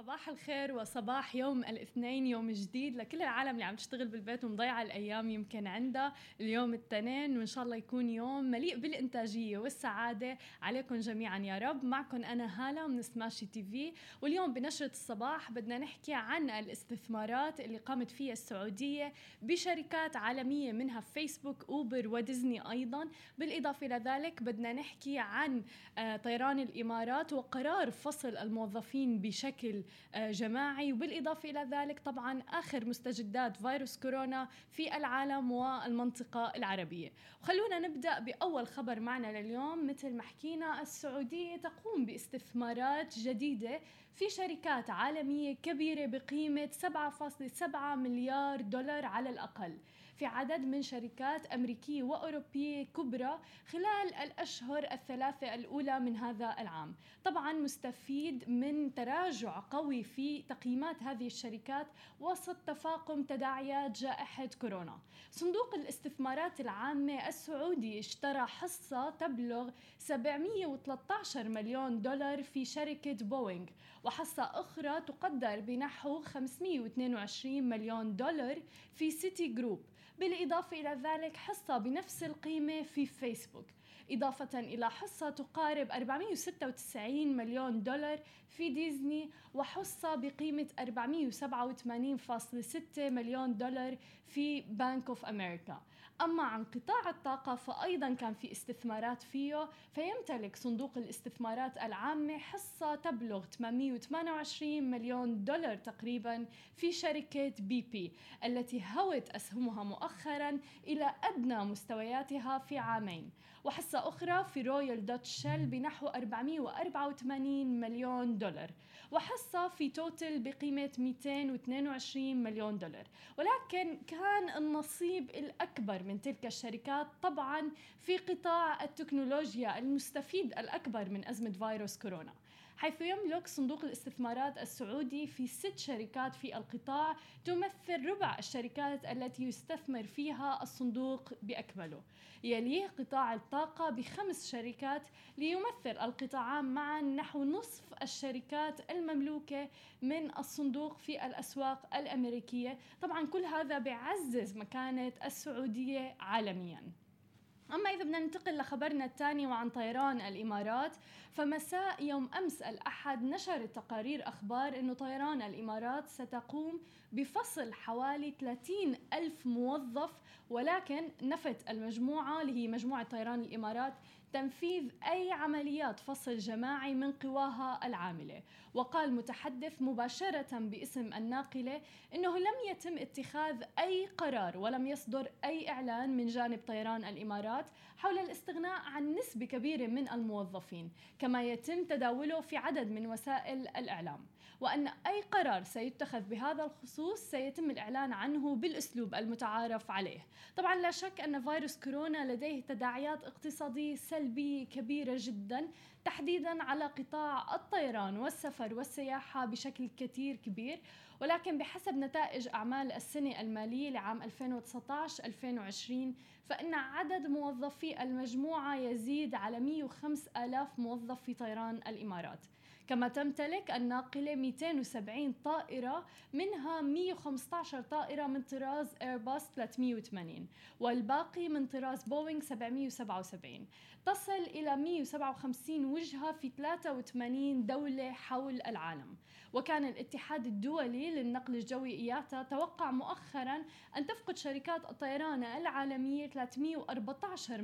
صباح الخير وصباح يوم الاثنين، يوم جديد لكل العالم اللي عم تشتغل بالبيت ومضيعة الأيام يمكن عندها اليوم التنين، وإن شاء الله يكون يوم مليء بالإنتاجية والسعادة عليكم جميعا يا رب. معكم أنا هالة من سماشي تي في، واليوم بنشرة الصباح بدنا نحكي عن الاستثمارات اللي قامت فيها السعودية بشركات عالمية منها فيسبوك، أوبر وديزني أيضا. بالإضافة إلى ذلك بدنا نحكي عن طيران الإمارات وقرار فصل الموظفين بشكل جماعي، وبالإضافة إلى ذلك طبعا آخر مستجدات فيروس كورونا في العالم والمنطقة العربية. وخلونا نبدأ بأول خبر معنا لليوم. مثل ما حكينا، السعودية تقوم باستثمارات جديدة في شركات عالمية كبيرة بقيمة 7.7 مليار دولار على الأقل في عدد من شركات أمريكية وأوروبية كبرى خلال الأشهر الثلاثة الأولى من هذا العام. طبعا مستفيد من تراجع قوي في تقييمات هذه الشركات وسط تفاقم تداعيات جائحة كورونا. صندوق الاستثمارات العامة السعودي اشترى حصة تبلغ 713 مليون دولار في شركة بوينغ، وحصة أخرى تقدر بنحو 522 مليون دولار في سيتي جروب. بالإضافة إلى ذلك حصة بنفس القيمة في فيسبوك، إضافة إلى حصة تقارب 496 مليون دولار في ديزني، وحصة بقيمة 487.6 مليون دولار في بانك أوف أمريكا. أما عن قطاع الطاقة فأيضا كان في استثمارات فيه، فيمتلك صندوق الاستثمارات العامة حصة تبلغ 828 مليون دولار تقريبا في شركة بي بي التي هوت أسهمها مؤخرا إلى أدنى مستوياتها في عامين، وحصة أخرى في رويال دوتش شيل بنحو 484 مليون دولار، وحصة في توتل بقيمة 222 مليون دولار. ولكن كان النصيب الأكبر من تلك الشركات طبعا في قطاع التكنولوجيا المستفيد الأكبر من أزمة فيروس كورونا، حيث يملك صندوق الاستثمارات السعودي في 6 شركات في القطاع تمثل ربع الشركات التي يستثمر فيها الصندوق بأكمله. يليه قطاع الطاقة ب5 شركات، ليمثل القطاعان معا نحو نصف الشركات المملوكة من الصندوق في الأسواق الأمريكية. طبعا كل هذا بيعزز مكانة السعودية عالمياً. أما إذا بدنا ننتقل لخبرنا الثاني وعن طيران الإمارات، فمساء يوم أمس الأحد نشرت تقارير أخبار أنه طيران الإمارات ستقوم بفصل حوالي 30 ألف موظف، ولكن نفت المجموعة اللي هي مجموعة طيران الإمارات تنفيذ أي عمليات فصل جماعي من قواها العاملة. وقال متحدث مباشرة باسم الناقلة إنه لم يتم اتخاذ أي قرار ولم يصدر أي إعلان من جانب طيران الإمارات حول الاستغناء عن نسبة كبيرة من الموظفين، كما يتم تداوله في عدد من وسائل الإعلام، وأن أي قرار سيتخذ بهذا الخصوص سيتم الإعلان عنه بالأسلوب المتعارف عليه. طبعا لا شك أن فيروس كورونا لديه تداعيات اقتصادية سلبية كبيرة جدا، تحديدا على قطاع الطيران والسفر والسياحة بشكل كتير كبير. ولكن بحسب نتائج أعمال السنة المالية لعام 2019-2020 فإن عدد موظفي المجموعة يزيد على 105 آلاف موظف في طيران الإمارات. كما تمتلك الناقلة 270 طائرة، منها 115 طائرة من طراز إيرباص 380 والباقي من طراز بوينغ 777. تصل إلى 157 وجهة في 83 دولة حول العالم. وكان الاتحاد الدولي للنقل الجوي إياتا توقع مؤخرا أن تفقد شركات الطيران العالمية 314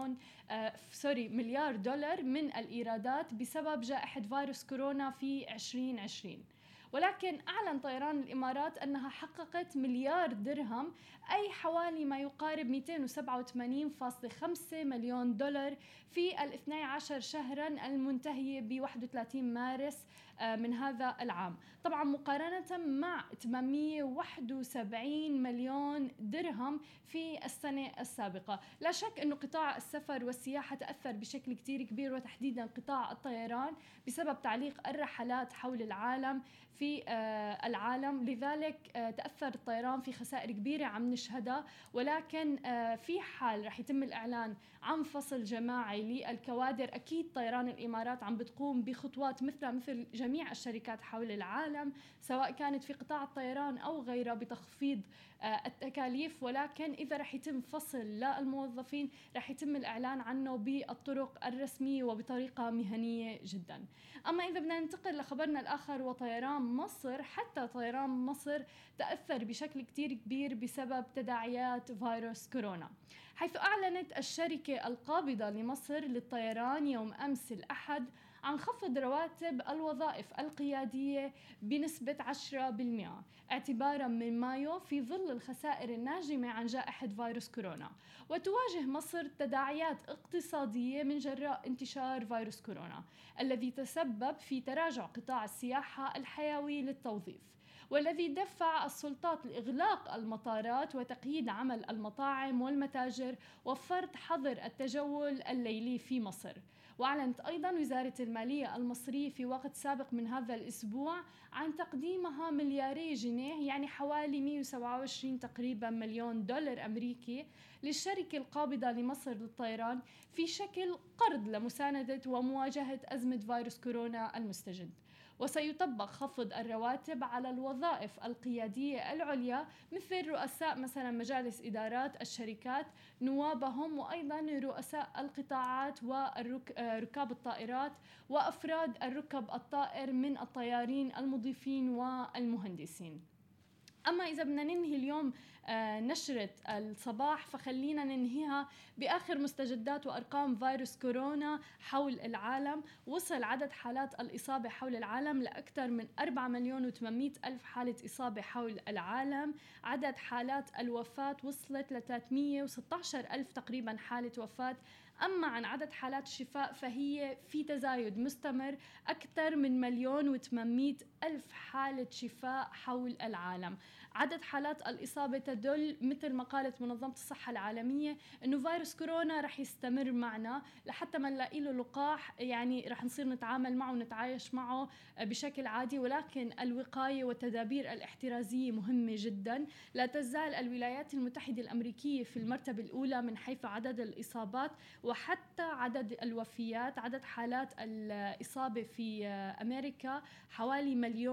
مليار دولار من الإيرادات بسبب جائحة فيروس كورونا في 2020. ولكن أعلن طيران الإمارات أنها حققت مليار درهم، أي حوالي ما يقارب 287.5 مليون دولار في 12 شهرا المنتهية ب 31 مارس من هذا العام، طبعا مقارنة مع 871 مليون درهم في السنة السابقة. لا شك أنه قطاع السفر والسياحة تأثر بشكل كتير كبير، وتحديدا قطاع الطيران بسبب تعليق الرحلات حول العالم في في العالم. لذلك تأثر الطيران في خسائر كبيرة عم نشهدها، ولكن في حال رح يتم الإعلان عن فصل جماعي للكوادر، أكيد طيران الإمارات عم بتقوم بخطوات مثل جميع الشركات حول العالم، سواء كانت في قطاع الطيران أو غيره، بتخفيض التكاليف. ولكن إذا رح يتم فصل للموظفين رح يتم الإعلان عنه بالطرق الرسمية وبطريقة مهنية جدا. أما إذا بدنا ننتقل لخبرنا الآخر وطيران مصر، حتى طيران مصر تأثر بشكل كتير كبير بسبب تداعيات فيروس كورونا، حيث أعلنت الشركة القابضة لمصر للطيران يوم أمس الأحد عن خفض رواتب الوظائف القيادية بنسبة 10% اعتباراً من مايو، في ظل الخسائر الناجمة عن جائحة فيروس كورونا. وتواجه مصر تداعيات اقتصادية من جراء انتشار فيروس كورونا الذي تسبب في تراجع قطاع السياحة الحيوي للتوظيف، والذي دفع السلطات لإغلاق المطارات وتقييد عمل المطاعم والمتاجر وفرض حظر التجول الليلي في مصر. وأعلنت أيضاً وزارة المالية المصرية في وقت سابق من هذا الأسبوع عن تقديمها ملياري جنيه، يعني حوالي 127 تقريباً مليون دولار أمريكي، للشركة القابضة لمصر للطيران في شكل قرض لمساندة ومواجهة أزمة فيروس كورونا المستجد. وسيطبق خفض الرواتب على الوظائف القيادية العليا مثل رؤساء مثلا مجالس إدارات الشركات، نوابهم، وأيضا رؤساء القطاعات وركاب الطائرات وأفراد الركب الطائر من الطيارين المضيفين والمهندسين. أما إذا بدنا ننهي اليوم نشرة الصباح، فخلينا ننهيها بآخر مستجدات وأرقام فيروس كورونا حول العالم. وصل عدد حالات الإصابة حول العالم لأكثر من 4,800,000 حالة إصابة حول العالم. عدد حالات الوفاة وصلت ل 316,000 تقريبا حالة وفاة. أما عن عدد حالات الشفاء فهي في تزايد مستمر، أكثر من 1,800,000 حالة شفاء حول العالم. عدد حالات الإصابة تدل مثل ما قالت منظمة الصحة العالمية أنه فيروس كورونا رح يستمر معنا لحتى ما نلاقي له لقاح، يعني رح نصير نتعامل معه ونتعايش معه بشكل عادي. ولكن الوقاية والتدابير الاحترازية مهمة جدا. لا تزال الولايات المتحدة الأمريكية في المرتبة الأولى من حيث عدد الإصابات وحتى عدد الوفيات. عدد حالات الإصابة في أمريكا حوالي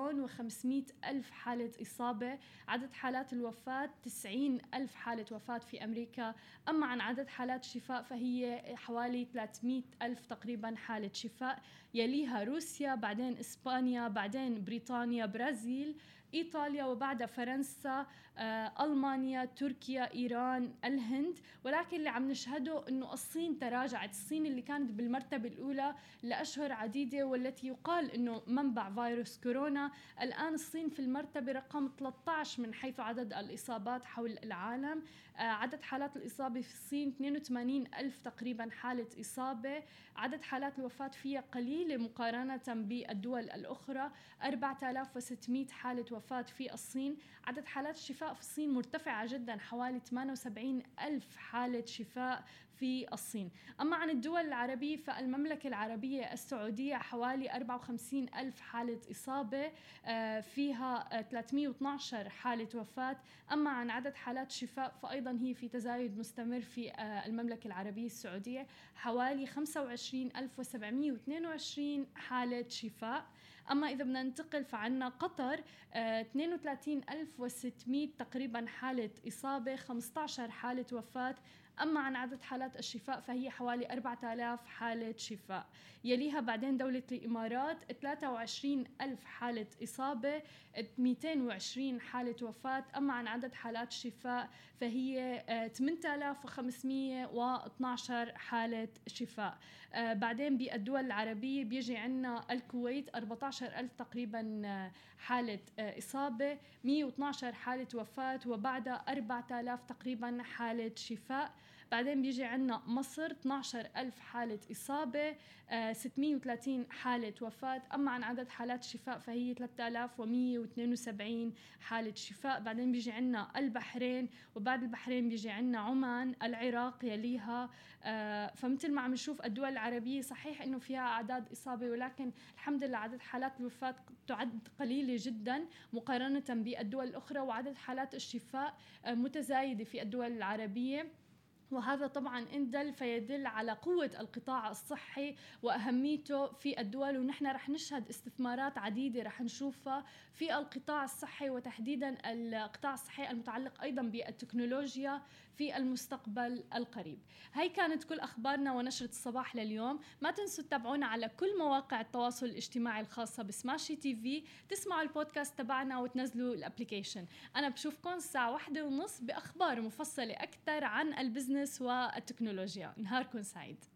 1,500,000 حالة إصابة. عدد حالات الوفاة 90,000 حالة وفاة في أمريكا. أما عن عدد حالات الشفاء فهي حوالي 300,000 تقريبا حالة شفاء، يليها روسيا، بعدين إسبانيا، بعدين بريطانيا، برازيل، إيطاليا، وبعدها فرنسا، ألمانيا، تركيا، إيران، الهند. ولكن اللي عم نشهده أنه الصين تراجعت. الصين اللي كانت بالمرتبة الأولى لأشهر عديدة والتي يقال أنه منبع فيروس كورونا، الآن الصين في المرتبة رقم 13 من حيث عدد الإصابات حول العالم. عدد حالات الإصابة في الصين 82,000 تقريبا حالة إصابة. عدد حالات الوفاة فيها قليلة مقارنة بالدول الأخرى، 4,600 حالة وفاة في الصين. عدد حالات الشفاء في الصين مرتفعة جدا، حوالي 78,000 حالة شفاء في الصين. أما عن الدول العربية فالمملكة العربية السعودية حوالي 54,000 حالة إصابة، فيها 312 حالة وفاة. أما عن عدد حالات الشفاء فأيضا هي في تزايد مستمر في المملكة العربية السعودية، حوالي 25,722 حالة شفاء. أما إذا بدنا ننتقل فعنا قطر 32,600 تقريبا حالة إصابة، 15 حالة وفاة. أما عن عدد حالات الشفاء فهي حوالي 4,000 حالة شفاء. يليها بعدين دولة الإمارات 23,000 حالة إصابة، 220 حالة وفاة. أما عن عدد حالات الشفاء فهي 8,512 حالة شفاء. بعدين بالدول العربية بيجي عنا الكويت 14,000 تقريبا حالة إصابة، 112 حالة وفاة، وبعدها 4,000 تقريبا حالة شفاء. بعدين بيجي عنا مصر 12,000 حالة إصابة، 630 حالة وفاة. أما عن عدد حالات شفاء فهي 3172 حالة شفاء. بعدين بيجي عنا البحرين، وبعد البحرين بيجي عنا عمان، العراق يليها. فمثل ما عم نشوف الدول العربية صحيح إنه فيها أعداد إصابة، ولكن الحمد لله عدد حالات الوفاة تعد قليلة جدا مقارنة بالدول الأخرى، وعدد حالات الشفاء متزايدة في الدول العربية. وهذا طبعا يدل على قوة القطاع الصحي وأهميته في الدول. ونحن رح نشهد استثمارات عديدة رح نشوفها في القطاع الصحي، وتحديدا القطاع الصحي المتعلق أيضا بالتكنولوجيا في المستقبل القريب. هاي كانت كل أخبارنا ونشرة الصباح لليوم. ما تنسوا تتابعونا على كل مواقع التواصل الاجتماعي الخاصة بسماشي تي في، تسمعوا البودكاست تبعنا وتنزلوا الابليكيشن. أنا بشوفكم الساعة 1:30 بأخبار مفصلة أكثر عن البزنس والتكنولوجيا. نهاركم سعيد.